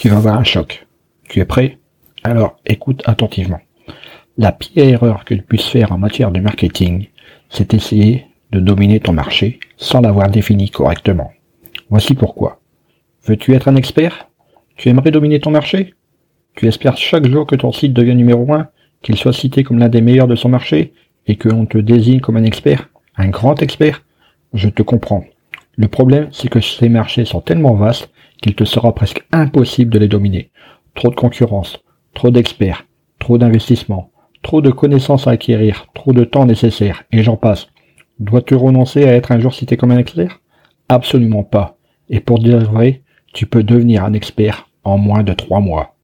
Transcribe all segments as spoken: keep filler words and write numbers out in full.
Tu vas avoir un choc. Tu es prêt? Alors écoute attentivement. La pire erreur que tu puisses faire en matière de marketing, c'est essayer de dominer ton marché sans l'avoir défini correctement. Voici pourquoi. Veux-tu être un expert? Tu aimerais dominer ton marché? Tu espères chaque jour que ton site devienne numéro un, qu'il soit cité comme l'un des meilleurs de son marché et que l'on te désigne comme un expert, un grand expert? Je te comprends. Le problème, c'est que ces marchés sont tellement vastes qu'il te sera presque impossible de les dominer. Trop de concurrence, trop d'experts, trop d'investissements, trop de connaissances à acquérir, trop de temps nécessaire, et j'en passe. Dois-tu renoncer à être un jour cité comme un expert? Absolument pas. Et pour dire vrai, tu peux devenir un expert en moins de trois mois.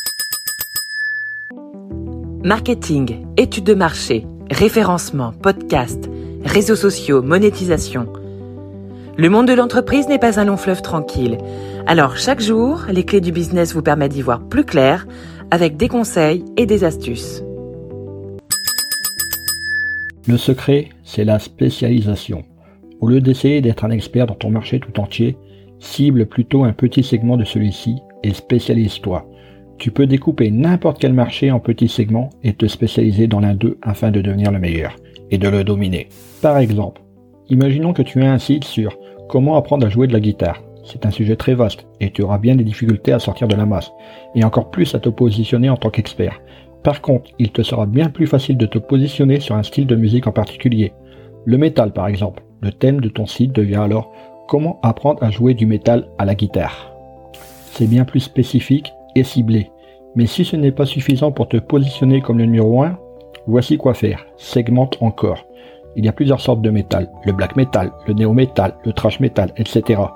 Marketing, études de marché, référencement, podcast, réseaux sociaux, monétisation. Le monde de l'entreprise n'est pas un long fleuve tranquille. Alors chaque jour, les clés du business vous permettent d'y voir plus clair avec des conseils et des astuces. Le secret, c'est la spécialisation. Au lieu d'essayer d'être un expert dans ton marché tout entier, cible plutôt un petit segment de celui-ci et spécialise-toi. Tu peux découper n'importe quel marché en petits segments et te spécialiser dans l'un d'eux afin de devenir le meilleur et de le dominer. Par exemple, imaginons que tu as un site sur comment apprendre à jouer de la guitare. C'est un sujet très vaste et tu auras bien des difficultés à sortir de la masse et encore plus à te positionner en tant qu'expert. Par contre, il te sera bien plus facile de te positionner sur un style de musique en particulier. Le métal par exemple. Le thème de ton site devient alors comment apprendre à jouer du métal à la guitare. C'est bien plus spécifique et ciblé. Mais si ce n'est pas suffisant pour te positionner comme le numéro un, voici quoi faire. Segmente encore. Il y a plusieurs sortes de métal. Le black metal, le néo metal, le thrash metal, et cetera.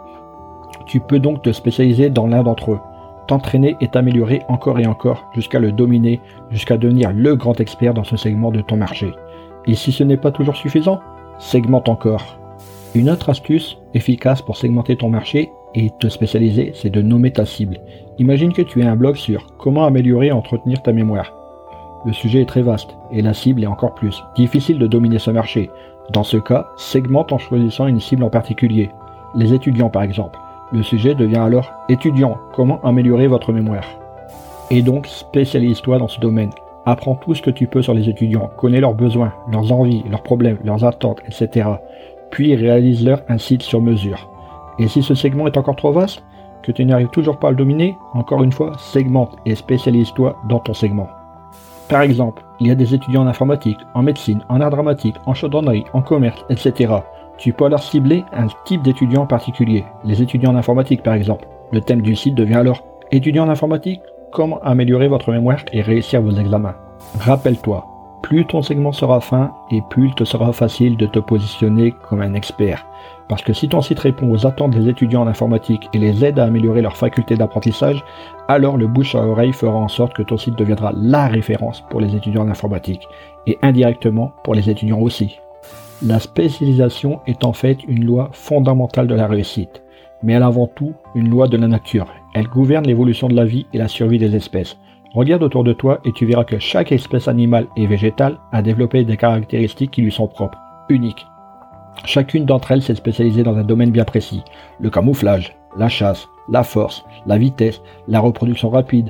Tu peux donc te spécialiser dans l'un d'entre eux. T'entraîner et t'améliorer encore et encore jusqu'à le dominer, jusqu'à devenir le grand expert dans ce segment de ton marché. Et si ce n'est pas toujours suffisant, segmente encore. Une autre astuce efficace pour segmenter ton marché et te spécialiser, c'est de nommer ta cible. Imagine que tu aies un blog sur comment améliorer et entretenir ta mémoire. Le sujet est très vaste et la cible est encore plus. Difficile de dominer ce marché. Dans ce cas, segmente en choisissant une cible en particulier. Les étudiants par exemple. Le sujet devient alors étudiant, comment améliorer votre mémoire. Et donc spécialise-toi dans ce domaine. Apprends tout ce que tu peux sur les étudiants, connais leurs besoins, leurs envies, leurs problèmes, leurs attentes, et cetera. Puis réalise-leur un site sur mesure. Et si ce segment est encore trop vaste, que tu n'arrives toujours pas à le dominer, encore une fois, segmente et spécialise-toi dans ton segment. Par exemple, il y a des étudiants en informatique, en médecine, en art dramatique, en chaudronnerie, en commerce, et cetera. Tu peux alors cibler un type d'étudiant en particulier, les étudiants en informatique par exemple. Le thème du site devient alors « Étudiants en informatique, comment améliorer votre mémoire et réussir vos examens ?» Rappelle-toi, plus ton segment sera fin et plus il te sera facile de te positionner comme un expert. Parce que si ton site répond aux attentes des étudiants en informatique et les aide à améliorer leurs facultés d'apprentissage, alors le bouche à oreille fera en sorte que ton site deviendra la référence pour les étudiants en informatique et indirectement pour les étudiants aussi. La spécialisation est en fait une loi fondamentale de la réussite, mais elle est avant tout une loi de la nature. Elle gouverne l'évolution de la vie et la survie des espèces. Regarde autour de toi et tu verras que chaque espèce animale et végétale a développé des caractéristiques qui lui sont propres, uniques. Chacune d'entre elles s'est spécialisée dans un domaine bien précis, le camouflage, la chasse, la force, la vitesse, la reproduction rapide,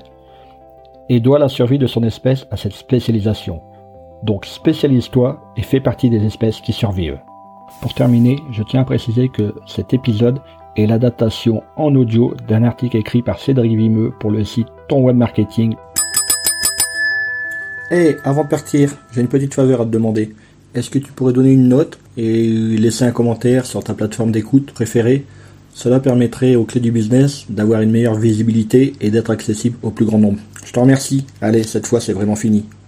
et doit la survie de son espèce à cette spécialisation. Donc spécialise-toi et fais partie des espèces qui survivent. Pour terminer, je tiens à préciser que cet épisode est l'adaptation en audio d'un article écrit par Cédric Vimeux pour le site Ton Web Marketing. Hey, avant de partir, j'ai une petite faveur à te demander. Est-ce que tu pourrais donner une note et laisser un commentaire sur ta plateforme d'écoute préférée? Cela permettrait aux clés du business d'avoir une meilleure visibilité et d'être accessible au plus grand nombre. Je te remercie. Allez, cette fois c'est vraiment fini.